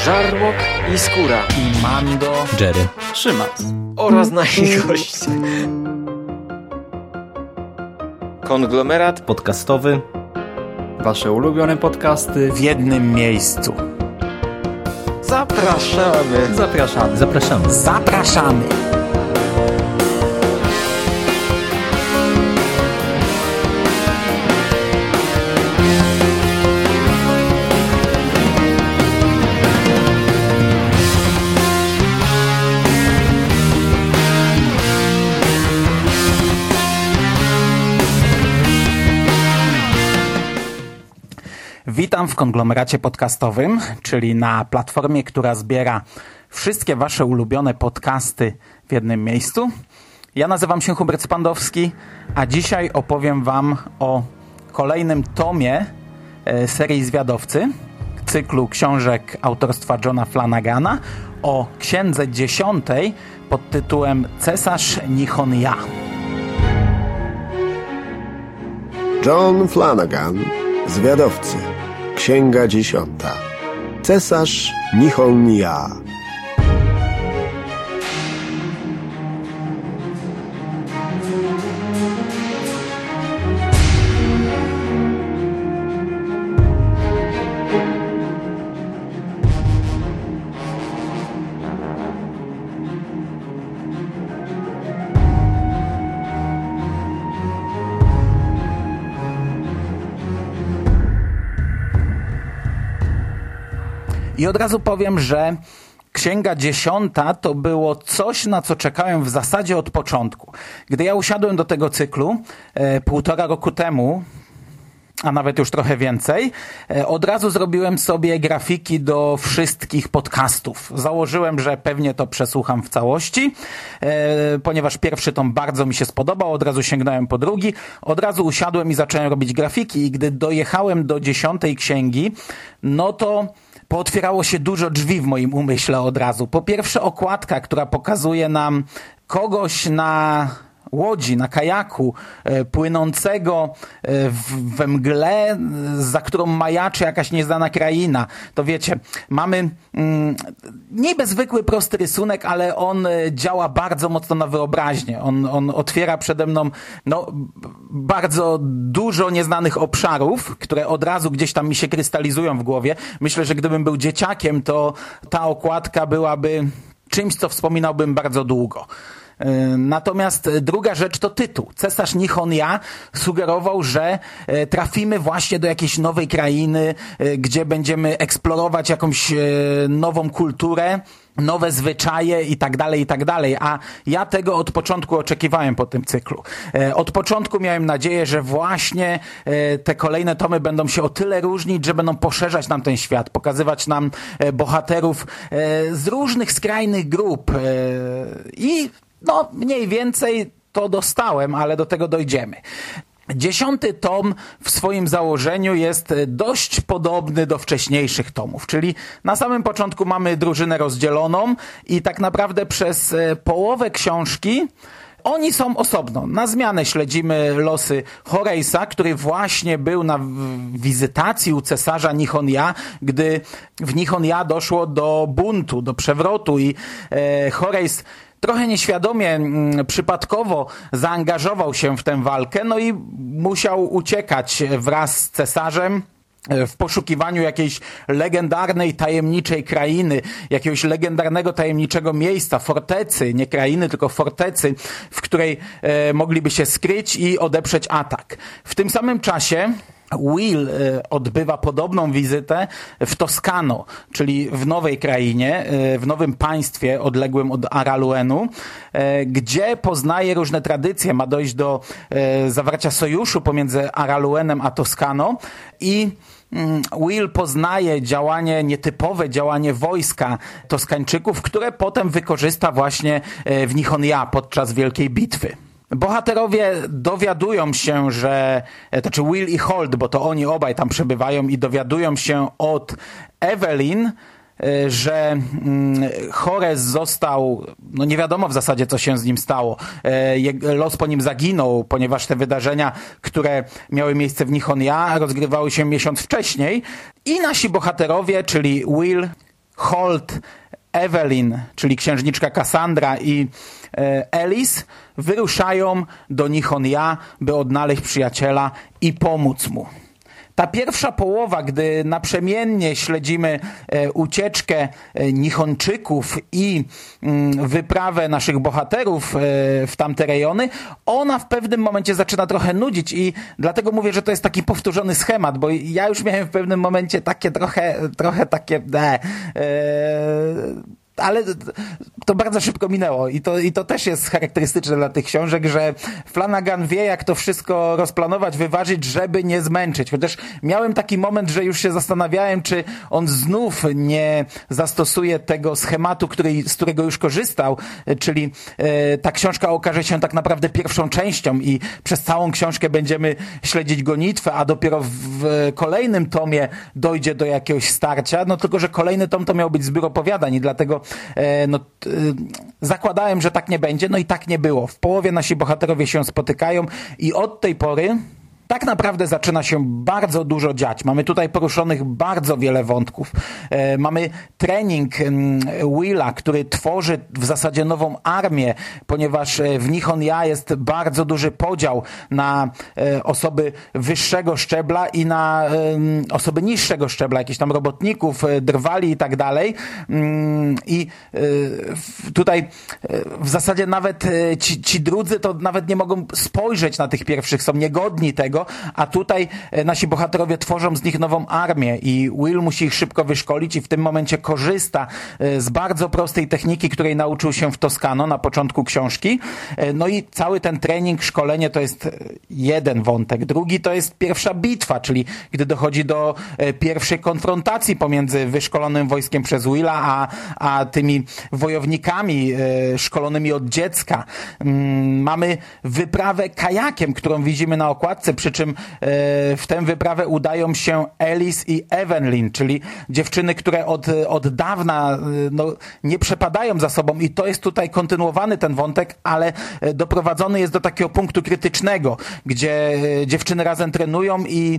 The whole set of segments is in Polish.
Żarłok i Skóra i Mando, Jerry, Szymas oraz nasi goście. Konglomerat podcastowy. Wasze ulubione podcasty w jednym miejscu. Zapraszamy. Zapraszamy. Zapraszamy. Zapraszamy. Witam w konglomeracie podcastowym, czyli na platformie, która zbiera wszystkie wasze ulubione podcasty w jednym miejscu. Ja nazywam się Hubert Spandowski, a dzisiaj opowiem wam o kolejnym tomie serii Zwiadowcy, cyklu książek autorstwa Johna Flanagana, o księdze 10 pod tytułem Cesarz Nihonja. John Flanagan, Zwiadowcy, Księga 10. Cesarz Nihonja. I od razu powiem, że Księga 10 to było coś, na co czekałem w zasadzie od początku. Gdy ja usiadłem do tego cyklu 1,5 roku temu, a nawet już trochę więcej, od razu zrobiłem sobie grafiki do wszystkich podcastów. Założyłem, że pewnie to przesłucham w całości, ponieważ pierwszy tom bardzo mi się spodobał, od razu sięgnąłem po drugi, od razu usiadłem i zacząłem robić grafiki i gdy dojechałem do 10 księgi, no to pootwierało się dużo drzwi w moim umyśle od razu. Po pierwsze okładka, która pokazuje nam kogoś na łodzi, na kajaku, płynącego we mgle, za którą majaczy jakaś nieznana kraina. To wiecie, mamy niby zwykły, prosty rysunek, ale on działa bardzo mocno na wyobraźnię. On otwiera przede mną bardzo dużo nieznanych obszarów, które od razu gdzieś tam mi się krystalizują w głowie. Myślę, że gdybym był dzieciakiem, to ta okładka byłaby czymś, co wspominałbym bardzo długo. Natomiast druga rzecz to tytuł. Cesarz Nihonja sugerował, że trafimy właśnie do jakiejś nowej krainy, gdzie będziemy eksplorować jakąś nową kulturę, nowe zwyczaje i tak dalej, a ja tego od początku oczekiwałem po tym cyklu. Od początku miałem nadzieję, że właśnie te kolejne tomy będą się o tyle różnić, że będą poszerzać nam ten świat, pokazywać nam bohaterów z różnych skrajnych grup i mniej więcej to dostałem, ale do tego dojdziemy. 10 tom w swoim założeniu jest dość podobny do wcześniejszych tomów, czyli na samym początku mamy drużynę rozdzieloną i tak naprawdę przez połowę książki oni są osobno. Na zmianę śledzimy losy Horace'a, który właśnie był na wizytacji u cesarza Nihonja, gdy w Nihonja doszło do buntu, do przewrotu i Horace trochę nieświadomie, przypadkowo zaangażował się w tę walkę, i musiał uciekać wraz z cesarzem w poszukiwaniu jakiejś legendarnej, tajemniczej krainy, jakiegoś legendarnego, tajemniczego miejsca, fortecy, nie krainy, tylko fortecy, w której mogliby się skryć i odeprzeć atak. W tym samym czasie Will odbywa podobną wizytę w Toskano, czyli w nowej krainie, w nowym państwie odległym od Araluenu, gdzie poznaje różne tradycje. Ma dojść do zawarcia sojuszu pomiędzy Araluenem a Toskano i Will poznaje nietypowe działanie wojska Toskańczyków, które potem wykorzysta właśnie w Nihonja podczas wielkiej bitwy. Bohaterowie dowiadują się, Will i Holt, bo to oni obaj tam przebywają i dowiadują się od Evelyn, że Horace został, nie wiadomo w zasadzie, co się z nim stało. Los po nim zaginął, ponieważ te wydarzenia, które miały miejsce w Nihonja, rozgrywały się miesiąc wcześniej i nasi bohaterowie, czyli Will, Holt, Evelyn, czyli księżniczka Cassandra i Alice wyruszają do Nihon-Ya, by odnaleźć przyjaciela i pomóc mu. Ta pierwsza połowa, gdy naprzemiennie śledzimy ucieczkę Nihończyków i wyprawę naszych bohaterów w tamte rejony, ona w pewnym momencie zaczyna trochę nudzić i dlatego mówię, że to jest taki powtórzony schemat, bo ja już miałem w pewnym momencie takie trochę takie ale to bardzo szybko minęło i to też jest charakterystyczne dla tych książek, że Flanagan wie, jak to wszystko rozplanować, wyważyć, żeby nie zmęczyć. Chociaż miałem taki moment, że już się zastanawiałem, czy on znów nie zastosuje tego schematu, z którego już korzystał, czyli ta książka okaże się tak naprawdę pierwszą częścią i przez całą książkę będziemy śledzić gonitwę, a dopiero w kolejnym tomie dojdzie do jakiegoś starcia, no tylko, że kolejny tom to miał być zbiór opowiadań i dlatego zakładałem, że tak nie będzie, no i tak nie było. W połowie nasi bohaterowie się spotykają i od tej pory tak naprawdę zaczyna się bardzo dużo dziać. Mamy tutaj poruszonych bardzo wiele wątków. Mamy trening Willa, który tworzy w zasadzie nową armię, ponieważ w Nihon-Ya jest bardzo duży podział na osoby wyższego szczebla i na osoby niższego szczebla, jakichś tam robotników, drwali i tak dalej. I tutaj w zasadzie nawet ci drudzy to nawet nie mogą spojrzeć na tych pierwszych, są niegodni tego, a tutaj nasi bohaterowie tworzą z nich nową armię i Will musi ich szybko wyszkolić i w tym momencie korzysta z bardzo prostej techniki, której nauczył się w Toskano na początku książki. No i cały ten trening, szkolenie to jest jeden wątek. Drugi to jest pierwsza bitwa, czyli gdy dochodzi do pierwszej konfrontacji pomiędzy wyszkolonym wojskiem przez Willa, a tymi wojownikami szkolonymi od dziecka. Mamy wyprawę kajakiem, którą widzimy na okładce, przy czym w tę wyprawę udają się Alice i Evelyn, czyli dziewczyny, które od dawna nie przepadają za sobą i to jest tutaj kontynuowany ten wątek, ale doprowadzony jest do takiego punktu krytycznego, gdzie dziewczyny razem trenują i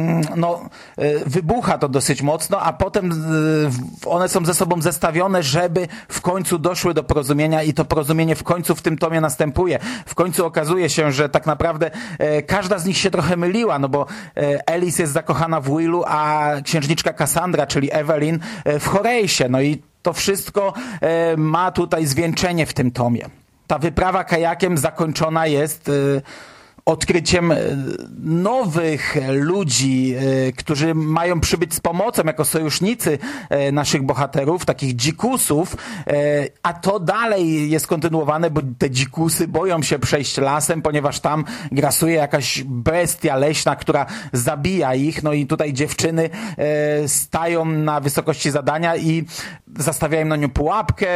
wybucha to dosyć mocno, a potem one są ze sobą zestawione, żeby w końcu doszły do porozumienia i to porozumienie w końcu w tym tomie następuje. W końcu okazuje się, że tak naprawdę każda z nich się trochę myliła, no bo Alice jest zakochana w Willu, a księżniczka Cassandra, czyli Evelyn, w Horace'ie. No i to wszystko ma tutaj zwieńczenie w tym tomie. Ta wyprawa kajakiem zakończona jest odkryciem nowych ludzi, którzy mają przybyć z pomocą jako sojusznicy naszych bohaterów, takich dzikusów, a to dalej jest kontynuowane, bo te dzikusy boją się przejść lasem, ponieważ tam grasuje jakaś bestia leśna, która zabija ich, no i tutaj dziewczyny stają na wysokości zadania i zastawiają na nią pułapkę,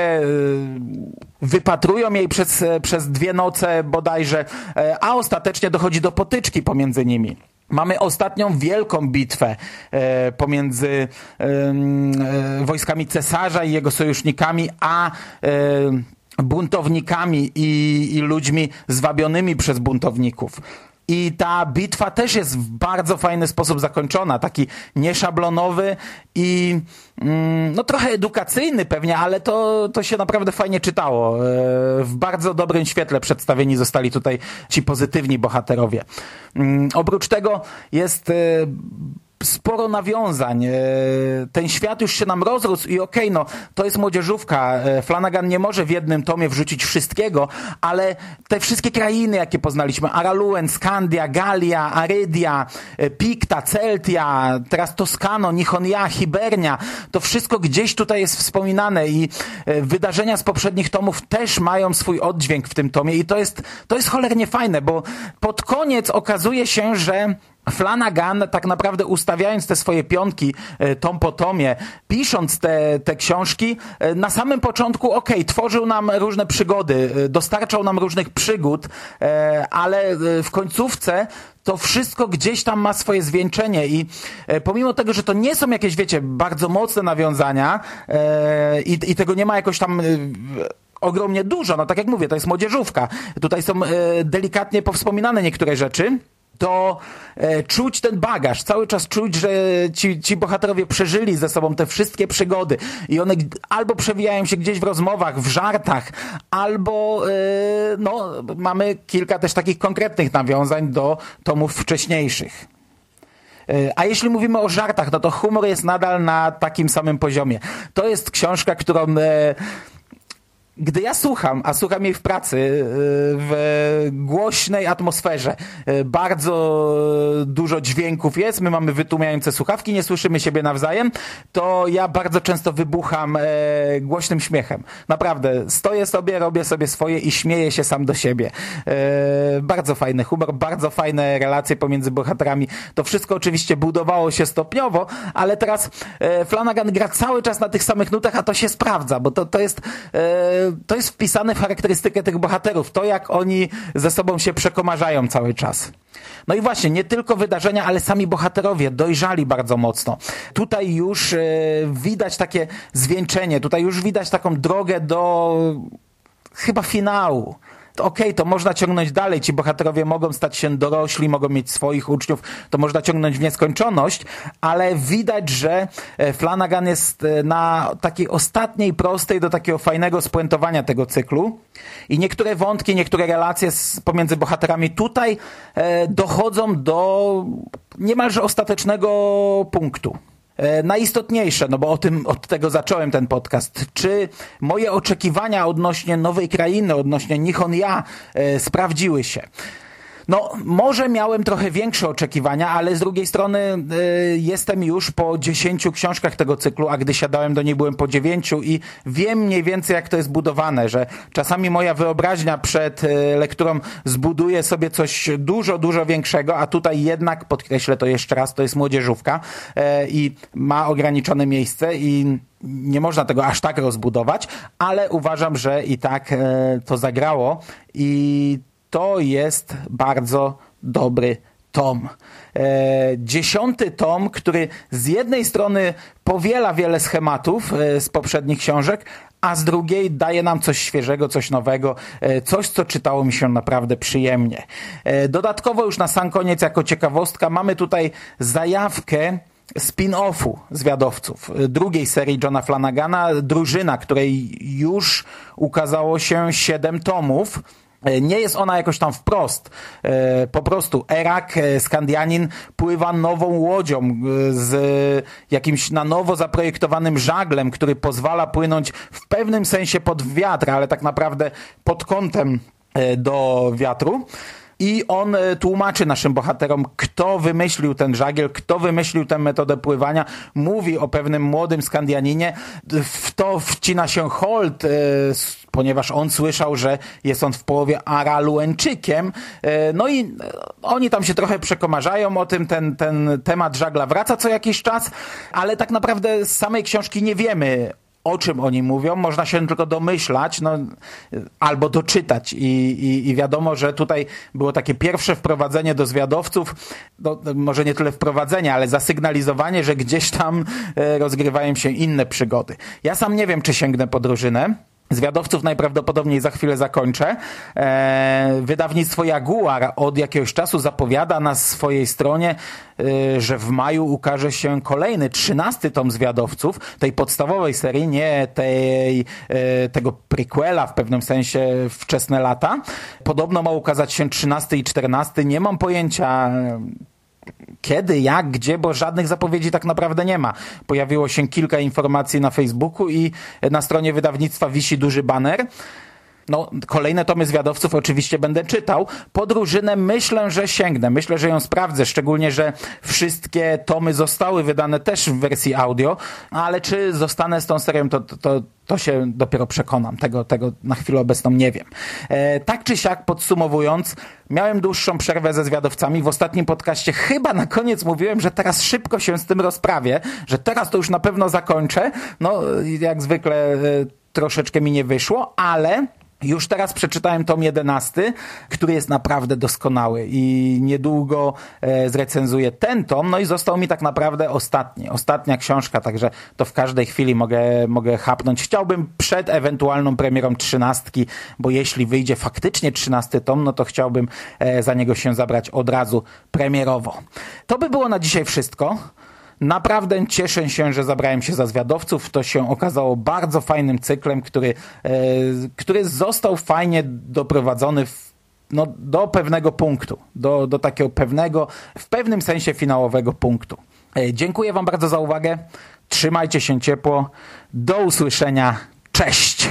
wypatrują jej przez 2 noce bodajże, a ostatecznie dochodzi do potyczki pomiędzy nimi. Mamy ostatnią wielką bitwę pomiędzy wojskami cesarza i jego sojusznikami, a buntownikami i ludźmi zwabionymi przez buntowników. I ta bitwa też jest w bardzo fajny sposób zakończona, taki nieszablonowy i trochę edukacyjny pewnie, ale to się naprawdę fajnie czytało. W bardzo dobrym świetle przedstawieni zostali tutaj ci pozytywni bohaterowie. Oprócz tego jest sporo nawiązań. Ten świat już się nam rozrósł i to jest młodzieżówka. Flanagan nie może w jednym tomie wrzucić wszystkiego, ale te wszystkie krainy, jakie poznaliśmy, Araluen, Skandia, Galia, Arydia, Picta, Celtia, teraz Toskano, Nihon-Ya, Hibernia, to wszystko gdzieś tutaj jest wspominane i wydarzenia z poprzednich tomów też mają swój oddźwięk w tym tomie i to jest cholernie fajne, bo pod koniec okazuje się, że Flanagan tak naprawdę ustawiając te swoje pionki tom po tomie, pisząc te książki, na samym początku tworzył nam różne przygody, dostarczał nam różnych przygód, ale w końcówce to wszystko gdzieś tam ma swoje zwieńczenie i pomimo tego, że to nie są jakieś, bardzo mocne nawiązania i tego nie ma jakoś tam ogromnie dużo, tak jak mówię, to jest młodzieżówka. Tutaj są delikatnie powspominane niektóre rzeczy. to czuć ten bagaż, cały czas czuć, że ci bohaterowie przeżyli ze sobą te wszystkie przygody i one albo przewijają się gdzieś w rozmowach, w żartach, albo mamy kilka też takich konkretnych nawiązań do tomów wcześniejszych. A jeśli mówimy o żartach, no to humor jest nadal na takim samym poziomie. To jest książka, którą gdy ja słucham, a słucham jej w pracy, w głośnej atmosferze, bardzo dużo dźwięków jest, my mamy wytłumiające słuchawki, nie słyszymy siebie nawzajem, to ja bardzo często wybucham głośnym śmiechem. Naprawdę, stoję sobie, robię sobie swoje i śmieję się sam do siebie. Bardzo fajny humor, bardzo fajne relacje pomiędzy bohaterami. To wszystko oczywiście budowało się stopniowo, ale teraz Flanagan gra cały czas na tych samych nutach, a to się sprawdza, bo to jest wpisane w charakterystykę tych bohaterów, to jak oni ze sobą się przekomarzają cały czas. No i właśnie, nie tylko wydarzenia, ale sami bohaterowie dojrzali bardzo mocno. Tutaj już widać takie zwieńczenie, tutaj już widać taką drogę do chyba finału. Okej, to można ciągnąć dalej, ci bohaterowie mogą stać się dorośli, mogą mieć swoich uczniów, to można ciągnąć w nieskończoność, ale widać, że Flanagan jest na takiej ostatniej, prostej do takiego fajnego spuentowania tego cyklu i niektóre wątki, niektóre relacje pomiędzy bohaterami tutaj dochodzą do niemalże ostatecznego punktu. Najistotniejsze, no bo od tego zacząłem ten podcast. Czy moje oczekiwania odnośnie Nowej Krainy, odnośnie Nihon Ja sprawdziły się? No, może miałem trochę większe oczekiwania, ale z drugiej strony jestem już po 10 książkach tego cyklu, a gdy siadałem do niej byłem po 9 i wiem mniej więcej jak to jest budowane, że czasami moja wyobraźnia przed lekturą zbuduje sobie coś dużo, dużo większego, a tutaj jednak, podkreślę to jeszcze raz, to jest młodzieżówka i ma ograniczone miejsce i nie można tego aż tak rozbudować, ale uważam, że i tak to zagrało i to jest bardzo dobry tom. 10. tom, który z jednej strony powiela wiele schematów z poprzednich książek, a z drugiej daje nam coś świeżego, coś nowego, coś, co czytało mi się naprawdę przyjemnie. Dodatkowo już na sam koniec, jako ciekawostka, mamy tutaj zajawkę spin-offu Zwiadowców, drugiej serii Johna Flanagana, Drużyna, której już ukazało się 7 tomów. Nie jest ona jakoś tam wprost. Po prostu Erak, Skandianin, pływa nową łodzią z jakimś na nowo zaprojektowanym żaglem, który pozwala płynąć w pewnym sensie pod wiatr, ale tak naprawdę pod kątem do wiatru. I on tłumaczy naszym bohaterom, kto wymyślił ten żagiel, kto wymyślił tę metodę pływania. Mówi o pewnym młodym Skandianinie. W to wcina się Holt, ponieważ on słyszał, że jest on w połowie Aralueńczykiem. No i oni tam się trochę przekomarzają o tym. Ten temat żagla wraca co jakiś czas, ale tak naprawdę z samej książki nie wiemy, o czym oni mówią, można się tylko domyślać, albo doczytać i wiadomo, że tutaj było takie pierwsze wprowadzenie do Zwiadowców, może nie tyle wprowadzenie, ale zasygnalizowanie, że gdzieś tam rozgrywają się inne przygody. Ja sam nie wiem, czy sięgnę po Drużynę. Zwiadowców najprawdopodobniej za chwilę zakończę. Wydawnictwo Jaguar od jakiegoś czasu zapowiada na swojej stronie, że w maju ukaże się kolejny 13 tom Zwiadowców, tej podstawowej serii, nie tego prequela w pewnym sensie Wczesne lata. Podobno ma ukazać się 13 i 14. Nie mam pojęcia kiedy, jak, gdzie, bo żadnych zapowiedzi tak naprawdę nie ma. Pojawiło się kilka informacji na Facebooku i na stronie wydawnictwa wisi duży baner. Kolejne tomy Zwiadowców oczywiście będę czytał. Po Drużynę myślę, że sięgnę. Myślę, że ją sprawdzę, szczególnie, że wszystkie tomy zostały wydane też w wersji audio, ale czy zostanę z tą serią, to się dopiero przekonam. Tego na chwilę obecną nie wiem. Tak czy siak, podsumowując, miałem dłuższą przerwę ze Zwiadowcami. W ostatnim podcaście chyba na koniec mówiłem, że teraz szybko się z tym rozprawię, że teraz to już na pewno zakończę. Jak zwykle troszeczkę mi nie wyszło, ale Już teraz przeczytałem tom 11, który jest naprawdę doskonały i niedługo zrecenzuję ten tom, no i został mi tak naprawdę ostatnia książka, także to w każdej chwili mogę chapnąć. Chciałbym przed ewentualną premierą 13, bo jeśli wyjdzie faktycznie 13 tom, no to chciałbym za niego się zabrać od razu premierowo. To by było na dzisiaj wszystko. Naprawdę cieszę się, że zabrałem się za Zwiadowców. To się okazało bardzo fajnym cyklem, który został fajnie doprowadzony do pewnego punktu, do takiego pewnego, w pewnym sensie finałowego punktu. Dziękuję wam bardzo za uwagę. Trzymajcie się ciepło. Do usłyszenia. Cześć!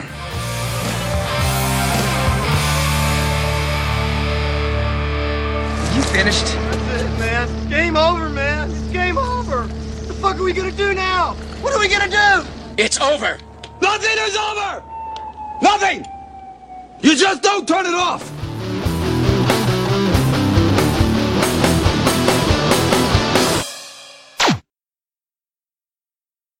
You finished? That's it, man. Game over, man. It's game over. What the fuck are we gonna do now? What are we gonna do? It's over! Nothing is over! Nothing! You just don't turn it off!